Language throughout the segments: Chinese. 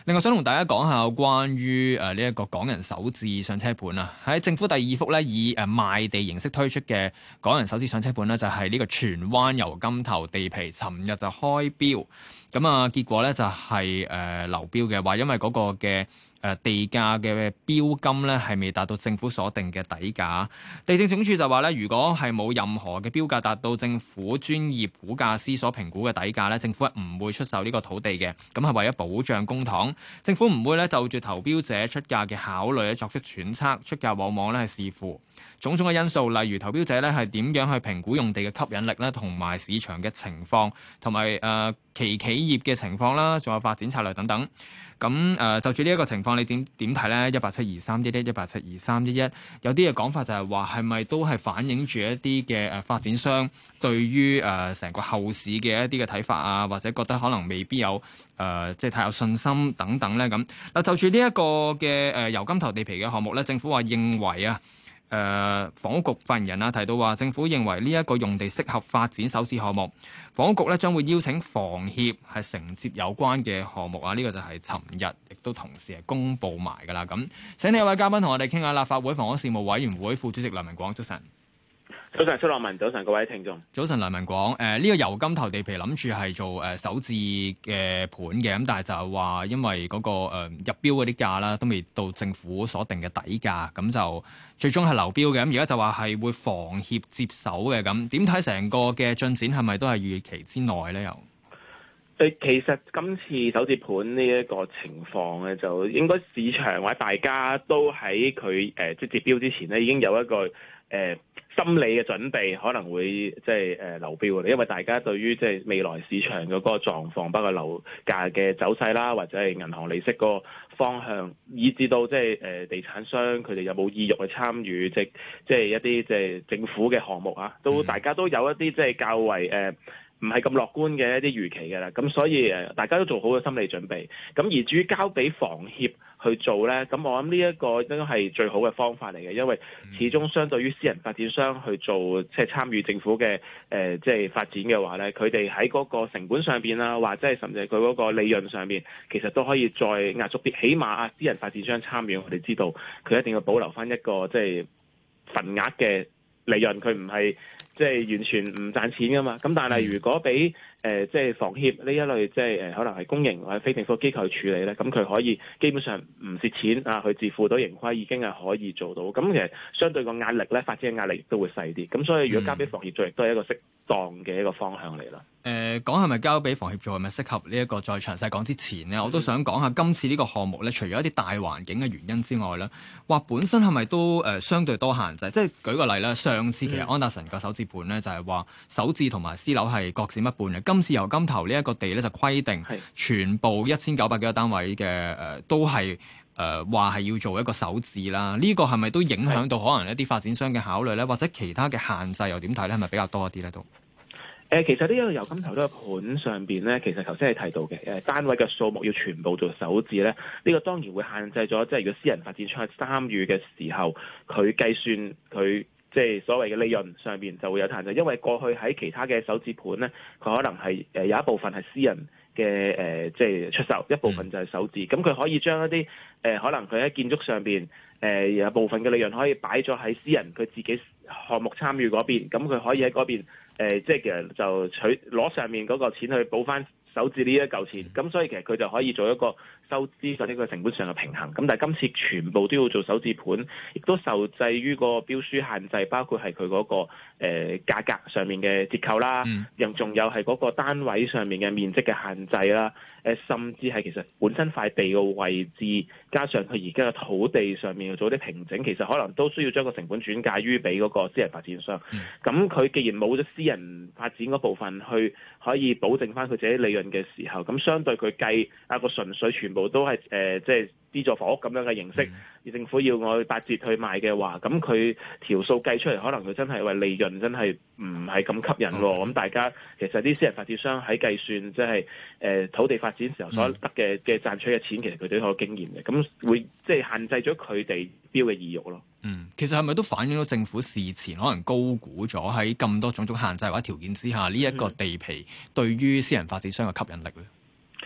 另外想同大家講下關於呢一個港人首置上車盤啊，喺政府第二幅咧以賣地形式推出嘅港人首置上車盤咧，就係呢個荃灣油柑頭地皮，尋日就開標，咁啊結果咧就係流標嘅，話因為嗰個嘅地價嘅標金咧係未達到政府所定嘅底價。地政總署就話咧，如果係冇任何嘅標價達到政府專業估價師所評估嘅底價咧，政府係唔會出售呢個土地嘅。咁係為咗保障公帑，政府唔會咧就住投標者出價嘅考慮咧作出揣測，出價往往咧係視乎種種嘅因素，例如投標者咧係點樣去評估用地嘅吸引力咧，同埋市場嘅情況，同埋企業嘅情況啦，仲有發展策略等等。咁就住呢一個情況，你點睇咧？1872311 1872311，有啲嘅講法就係話係咪都係反映住一啲嘅發展商對於成個後市嘅一啲嘅睇法啊，或者覺得可能未必有即係太有信心等等咧咁。嗱，就住呢一個嘅油柑頭地皮嘅項目咧，政府話認為啊。房屋局發言人提到話，政府認為呢一個用地適合發展首置項目，房屋局咧將會邀請房協係承接有關嘅項目啊。呢個就係尋日亦都同時係公佈埋㗎啦。咁請呢一位嘉賓同我哋傾下立法會房屋事務委員會副主席梁文廣，早晨。 早晨，蘇樂文，早晨各位聽眾。 早晨，梁文廣。呢個油柑頭地皮諗住係做首置嘅盤嘅，咁但係就係話因為嗰個入標嗰啲價啦，都未到政府所定嘅底價，咁就最終係流標嘅。咁而家就話係會房協接手嘅，咁點睇成個嘅進展係咪都係預期之內咧？又其實今次首置盤呢一個情況咧，就應該市場或者大家都喺佢即接標之前咧，已經有一個心理嘅準備，可能會即係流標嘅，因為大家對於即係未來市場嘅嗰個狀況，包括樓價嘅走勢啦，或者係銀行利息個方向，以至到即係地產商佢哋有冇意欲去參與，即係一啲即係政府嘅項目啊，都大家都有一啲即係較為唔係咁樂觀嘅一啲預期嘅啦，咁所以大家都做好咗心理準備。咁而至於交俾房協去做咧，咁我諗呢一個應該係最好嘅方法嚟嘅，因為始終相對於私人發展商去做即係參與政府嘅即係發展嘅話咧，佢哋喺嗰個成本上邊啊，或者係甚至係佢嗰個利潤上邊，其實都可以再壓縮啲。起碼私人發展商參與，我哋知道佢一定要保留翻一個即係份額嘅利潤，佢唔係即係完全唔賺錢噶嘛。咁但係如果俾即係房協呢一類即係可能係公營或者非政府機構去處理咧，咁佢可以基本上唔蝕錢啊，佢自負到盈虧已經係可以做到。咁其實相對個壓力咧，發展嘅壓力亦都會細啲。咁所以如果交俾房協做，亦都係一個適當嘅一個方向嚟啦。 講係咪交俾房協做係咪適合呢一個再詳細講之前呢，我都想講下今次呢個項目咧，除咗一啲大環境嘅原因之外咧，話本身係咪都相對多限制？即係舉個例啦，上次其實安達臣個首置盤咧就係話首置同埋私樓係各佔一半嘅，今次油柑頭呢一個地咧就規定全部1900幾個單位嘅都係話係要做一個首置啦。呢個係咪都影響到可能一啲發展商嘅考慮咧，或者其他嘅限制又點睇咧？係咪比較多一啲咧都？ 其實呢一個油柑頭呢個盤上邊咧，其實頭先係提到嘅單位嘅數目要全部做首置咧，呢個當然會限制咗，即係如果私人發展商參與嘅時候，佢計算佢即係所謂嘅利潤上邊就會有限制，因為過去喺其他嘅首置盤咧，佢可能係有一部分係私人嘅即係出售，一部分就係首置，咁佢可以將一啲可能佢喺建築上邊有部分嘅利潤可以擺咗喺私人佢自己項目參與嗰邊，咁佢可以喺嗰邊即係其實就攞上面嗰個錢去補翻首置呢一嚿錢，咁所以其實佢就可以做一個收支或者個成本上嘅平衡。咁但係今次全部都要做首置盤，亦都受制於個標書限制，包括係佢嗰個價格上面嘅折扣啦，又仲有係嗰個單位上面嘅面積嘅限制啦，甚至係其實本身塊地嘅位置，加上佢而家嘅土地上面要做啲平整，其實可能都需要將個成本轉嫁於俾嗰個私人發展商。咁佢既然冇咗私人發展嗰部分去可以保證翻佢自己利潤嘅時候，咁相對佢計個純粹全部都係即係資助房屋咁樣嘅形式，而政府要我去8折去賣嘅話，咁佢條數計出嚟，可能佢真係話利潤真係唔係咁吸引喎。咁大家其實啲私人發展商喺計算即係土地發展時候所得嘅賺取嘅錢，其實佢哋都有經驗嘅，咁會即係限制咗佢哋標嘅意欲咯。 其實係咪都反映到政府事前可能高估咗喺咁多種種限制或者條件之下，呢一個地皮對於私人發展商嘅吸引力咧？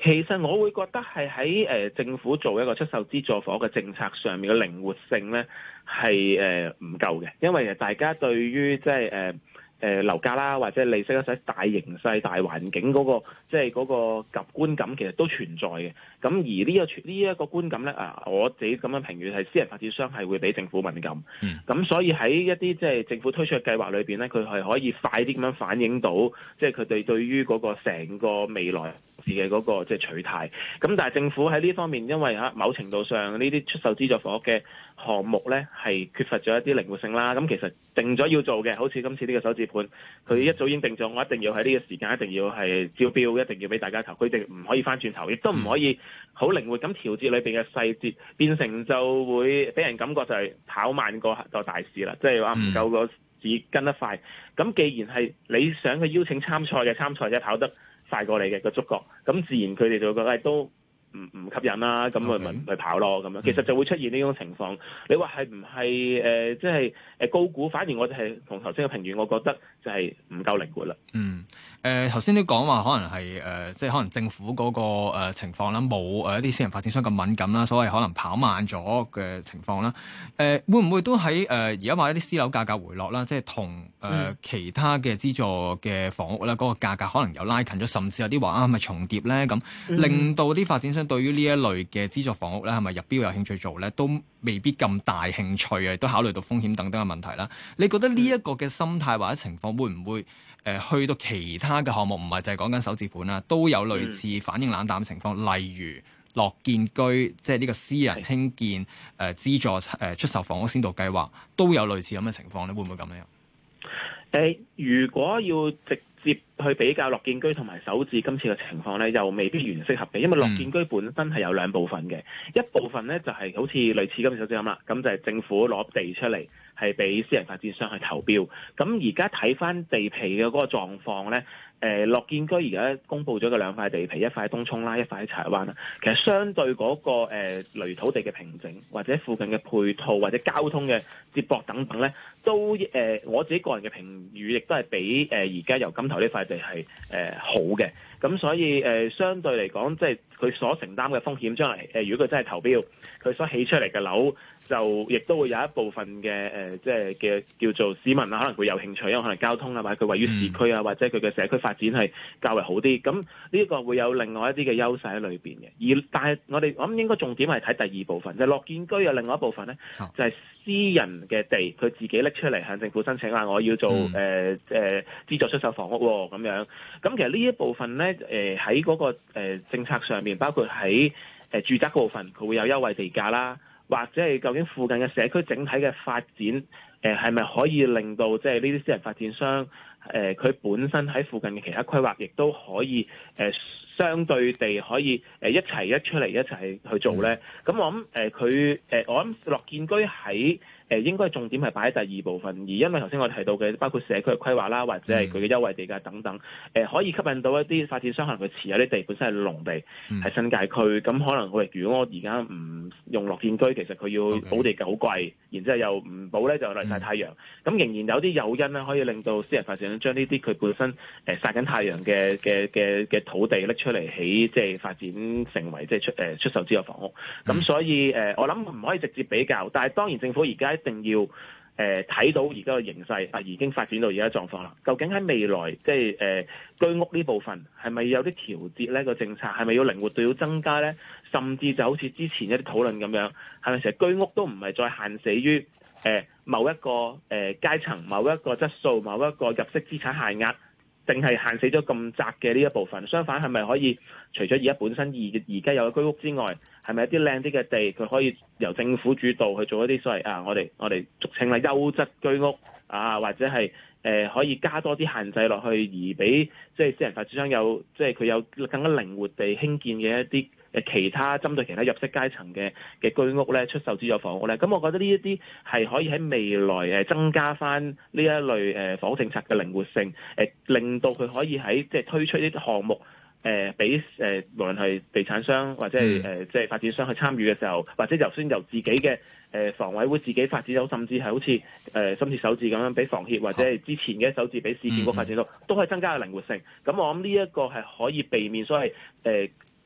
其實我會覺得係喺政府做一個出售資助房嘅政策上面嘅靈活性咧係唔夠嘅，因為大家對於即係樓價啦，或者利息一啲大形勢、大環境嗰個即係嗰個觀感，其實都存在嘅。咁而呢一個觀感咧，我自己咁樣評語係私人發展商係會比政府敏感。咁所以喺一啲即係政府推出嘅計劃裏邊咧，佢係可以快啲咁樣反映到，即係佢哋對於嗰個成個未來嘅嗰個即係取態。咁但係政府喺呢方面，因為某程度上呢啲出售資助房屋嘅項目咧係缺乏咗一啲靈活性啦。咁其實定咗要做嘅，好似今次呢個首置盤，佢一早已經定咗，我一定要喺呢個時間，一定要係招標，一定要俾大家投，佢哋唔可以翻轉頭，亦都唔可以好靈活咁調節裏邊嘅細節，變成就會俾人感覺就係跑慢個大市啦，即係話唔夠個市跟得快。咁既然係你想去邀請參賽嘅參賽者跑得快過你嘅個觸覺，咁自然佢哋就會覺得都唔吸引啦，咁咪去跑咯咁樣，其實就會出現呢種情況。你話係唔係即係高估？反而我哋係同頭先嘅評語，我覺得就係唔夠靈活啦。 頭先都講話可能係即係可能政府嗰個情況啦，冇一啲私人發展商咁敏感啦，所謂可能跑慢咗嘅情況啦。會唔會都喺而家話一啲私樓價格回落啦，即係同其他嘅資助嘅房屋咧嗰個價格可能有拉近咗，甚至有啲話係咪重疊咧咁，令到啲發展商對於呢一類嘅資助房屋咧係咪入標有興趣做咧，都未必咁大興趣啊，都考慮到風險等等嘅問題啦。你覺得呢一個嘅心態或者情況會唔會去到其他嘅項目，唔係就係講緊首置盤啦，都有類似反應冷淡嘅情況，例如樂建居，即係呢個私人興建資助出售房屋先導計劃，都有類似咁嘅情況咧，會唔會咁樣？ 如果要直接去比較樂建居同埋首置今次嘅情況咧，又未必完適合嘅，因為樂建居本身係有兩部分嘅，一部分咧就係好似類似今次首置咁啦，咁就係政府攞地出嚟，係俾私人發展商去投標。咁而家睇翻地皮嘅嗰個狀況咧，樂建居而家公布咗嘅兩塊地皮，一塊喺東涌啦，一塊喺柴灣啦。其實相對嗰個雷土地嘅平整，或者附近嘅配套或者交通嘅接駁等等咧，都我自己個人嘅評語亦都係比而家由金頭呢塊地係好嘅。咁所以相對嚟講，即係佢所承擔嘅風險，將來如果佢真係投標，佢所起出嚟嘅樓就亦都會有一部分嘅即係嘅叫做市民啊，可能會有興趣，因為可能交通啊，或者佢位於市區啊，或者佢嘅社區發展係較為好啲。咁呢個會有另外一啲嘅優勢喺裏邊嘅。但係我諗應該重點係睇第二部分，就係樂建居有另外一部分咧，就係私人嘅地，佢自己拎出嚟向政府申請話我要做資助出售房屋咁樣。咁其實呢一部分咧，喺嗰個政策上面，包括喺住宅嗰部分，佢會有優惠地價啦，或者係究竟附近嘅社區整體嘅發展，係咪可以令到即係呢啲私人發展商，佢本身喺附近嘅其他規劃，亦都可以相對地可以一齊出嚟一齊去做咧？咁我諗我諗樂建居喺應該重點係擺喺第二部分，而因為頭先我提到嘅包括社區嘅規劃啦，或者係佢嘅優惠地價等等，可以吸引到一啲發展商，可能佢持有啲地本身係農地，係新界區，咁可能如果我而家唔用樂建居，其實佢要補地價好貴，然之後又唔補咧就嚟曬太陽，咁仍然有啲誘因咧可以令到私人發展商將呢啲佢本身曬緊太陽嘅土地拎出嚟起，即係發展成為即係出售資助房屋。咁所以我諗唔可以直接比較，但係當然政府而家一定要睇到而家嘅形勢已經發展到而家狀況啦。究竟喺未來即係居屋呢部分係咪有啲調節咧？個政策係咪要靈活度要增加咧？甚至就好似之前一啲討論咁樣，係咪成日居屋都唔係再限死於某一個階層、某一個質素、某一個入息資產限額，定係限死咗咁窄嘅呢一部分？相反係咪可以除咗而家本身而家有嘅居屋之外，係咪一啲靚啲嘅地，佢可以由政府主導去做一啲所謂我哋俗稱啦優質居屋或者係可以加多啲限制落去，而俾即係私人發展商有即係佢有更加靈活地興建嘅一啲其他針對其他入息階層嘅居屋咧，出售資助房屋咧。咁我覺得呢一啲係可以喺未來增加翻呢一類房屋政策嘅靈活性，令到佢可以喺即係推出呢啲項目。俾無論係地產商或者係即係發展商去參與嘅時候，或者由先由自己嘅房委會自己發展到，甚至係好似今次首置咁樣，俾房協或者係之前嘅首置俾市建局發展到，都可以增加嘅靈活性。咁我諗呢一個係可以避免所謂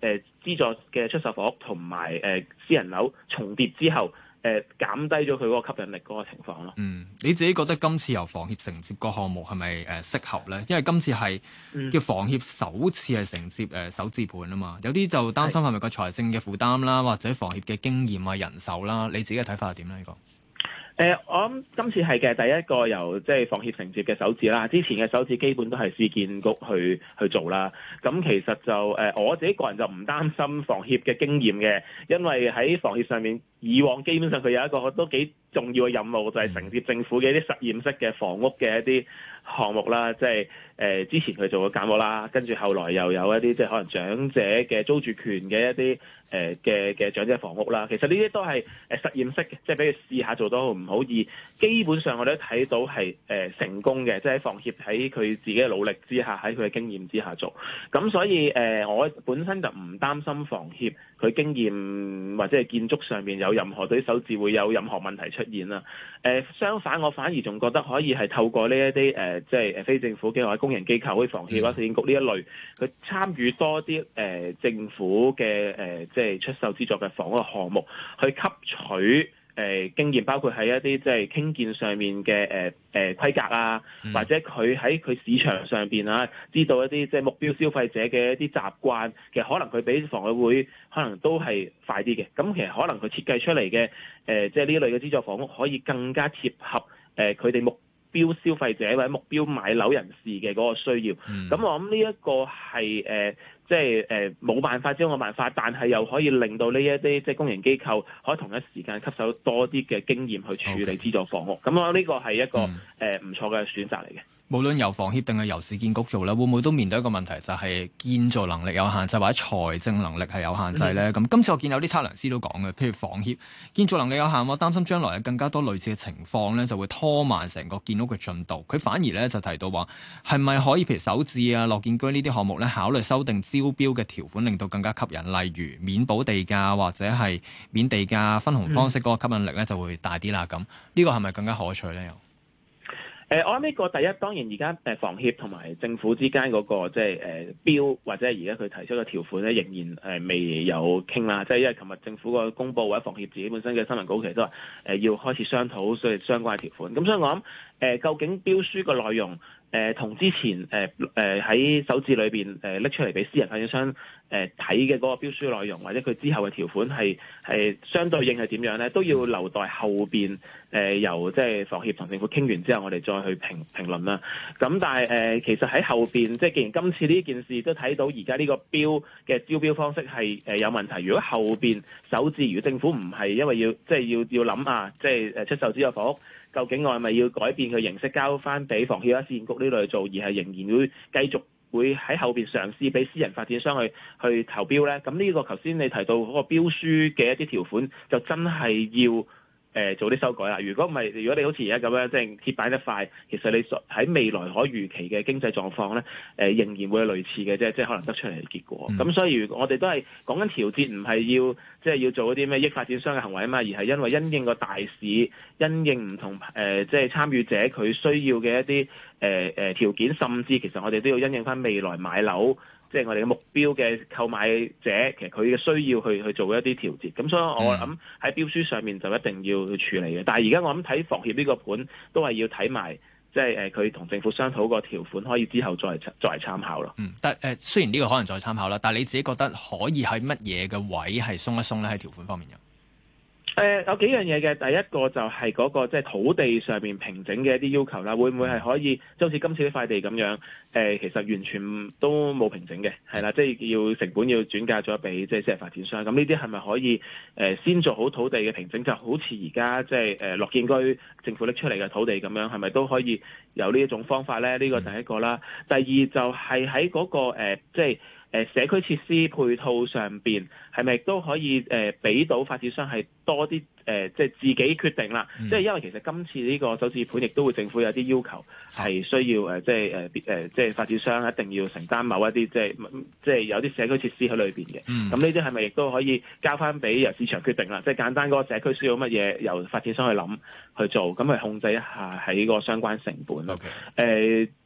資助嘅出售房屋同埋私人樓重疊之後，減低咗佢嗰個吸引力嗰個情況咯。 你自己覺得今次由房協承接個項目係咪適合咧？因為今次係叫房協首次係承接首置盤啊嘛，有啲就擔心係咪個財政嘅負擔啦，或者房協嘅經驗啊、人手啦，你自己嘅睇法係點咧？呢個？ 我諗今次係嘅第一個由即係房協承接嘅首置啦，之前嘅首置基本都係市建局去做啦。咁其實就我自己個人就唔擔心房協嘅經驗嘅，因為喺房協上面以往基本上佢有一個都幾重要嘅任務，就係承接政府嘅一啲實驗式嘅房屋嘅一啲項目啦，即係之前佢做過簡屋啦，跟住後來又有一啲即係可能長者嘅租住權嘅一啲嘅長者房屋啦。其實呢啲都係實驗式嘅，即係俾佢試下做到好唔好，而基本上我哋都睇到係成功嘅，即係喺房協喺佢自己嘅努力之下，喺佢嘅經驗之下做。咁所以我本身就唔擔心房協佢經驗或者係建築上面有任何對首置會有任何問題出現啦。相反，我反而仲覺得可以係透過呢一啲即係非政府機構、公營機構，好似房協或者市建局呢一類，佢參與多啲政府嘅即係出售資助嘅房屋項目，去吸取經驗，包括喺一啲即係興建上面嘅規格啊，或者佢喺佢市場上邊啊，知道一啲即係目標消費者嘅一啲習慣，其實可能佢比房委會可能都係快啲嘅。咁其實可能佢設計出嚟嘅即係呢類嘅資助房屋可以更加貼合佢哋目標消費者或者目標買樓人士嘅嗰個需要。咁我諗呢一個係即係冇辦法之中嘅辦法，但係又可以令到呢一啲即係公營機構可以同一時間吸收多啲嘅經驗去處理資助房屋。咁我諗呢個係一個唔錯嘅選擇嚟嘅。 無論由房協定係由市建局做咧，會唔會都面對一個問題，就係建造能力有限制或者財政能力係有限制咧？咁今次我見有啲測量師都講嘅，譬如房協建造能力有限，我擔心將來有更加多類似嘅情況咧，就會拖慢成個建屋嘅進度。佢反而咧就提到話，係咪可以譬如首置啊、樂建居呢啲項目咧，考慮修訂招標嘅條款，令到更加吸引，例如免補地價或者係免地價分紅方式嗰個吸引力咧就會大啲啦。咁呢個係咪更加可取咧？又？ 我諗呢個第一，當然而家房協同埋政府之間嗰個即係標或者係而家佢提出嘅條款咧，仍然未有傾啦。即係因為琴日政府個公佈或者房協自己本身嘅新聞稿，其實都話要開始商討所以相關嘅條款。咁所以我諗究竟標書個內容同之前喺首置裏邊拎出嚟俾私人發展商睇嘅嗰個標書內容，或者佢之後嘅條款係相對應係點樣咧，都要留待後邊由即係房協同政府傾完之後，我哋再去評論啦。咁但係其實喺後邊，即係既然今次呢件事都睇到而家呢個標嘅招標方式係有問題，如果後邊首置如果政府唔係因為要諗啊，即係出售資助房屋，究竟我係咪要改變佢形式交翻俾房協啊、市建局呢類做，而係仍然會繼續會喺後邊嘗試俾私人發展商去投標咧？咁呢個頭先你提到嗰個標書嘅一啲條款，就真係要做啲修改啦。如果唔係，如果你好似而家咁樣即係鐵板一塊，其實你喺未來可預期嘅經濟狀況咧，仍然會係類似嘅啫，即係可能得出嚟嘅結果。咁所以如果我哋都係講緊調節，唔係要做一啲咩益發展商嘅行為啊嘛，而係因為因應個大市，因應唔同即係參與者佢需要嘅一啲條件，甚至其實我哋都要因應翻未來買樓。即係我哋嘅目標嘅購買者，其實佢嘅需要去做一啲調節，咁所以我諗喺標書上面就一定要去處理嘅。但係而家我諗睇房協呢個盤都係要睇埋，即係佢同政府商討個條款，可以之後作為參考咯。 但雖然呢個可能再參考啦，但係你自己覺得可以喺乜嘢嘅位係鬆一鬆咧？喺條款方面有幾樣嘢嘅，第一個就係嗰個即係土地上面平整嘅一啲要求啦，會唔會係可以，即好似今次呢塊地咁樣，其實完全都冇平整嘅，係啦，即係要成本要轉嫁咗俾即係私人發展商，咁呢啲係咪可以先做好土地嘅平整，就好似而家即係樂建居政府拎出嚟嘅土地咁樣，係咪都可以有呢一種方法咧？呢個第一個啦，第二就係喺嗰個即係社區設施配套上邊，係咪都可以俾到發展商係多啲即係自己決定啦？即係因為其實今次呢個首置盤亦都會政府有啲要求，係需要即係發展商一定要承擔某一啲即係有啲社區設施喺裏邊嘅。咁呢啲係咪亦都可以交翻俾由市場決定啦？即係簡單嗰個社區需要乜嘢，由發展商去諗去做，咁去控制一下喺個相關成本咯。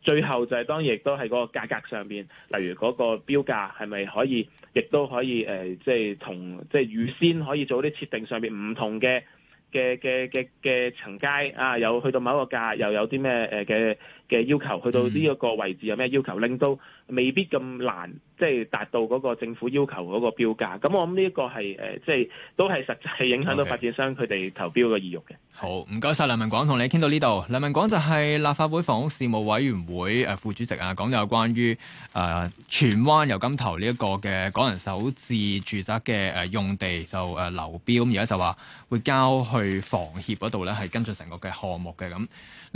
最後就係當然亦都係嗰個價格上邊，例如嗰個標價係咪可以，亦都可以即係預先可以做啲設定上邊唔同嘅層階啊，有去到某一個價，又有啲咩嘅要求，去到呢一個位置有咩要求，令到未必咁難，即係達到嗰個政府要求嗰個標價。咁我諗呢一個係即係都係實際影響到發展商佢哋投標嘅意欲嘅。 好，唔該晒梁文廣，同你傾到呢度。梁文廣就係立法會房屋事務委員會副主席啊，講有關於荃灣油柑頭呢一個嘅港人首置住宅嘅用地就流標，咁而家就話會交去房協嗰度咧，係跟進成個嘅項目嘅咁。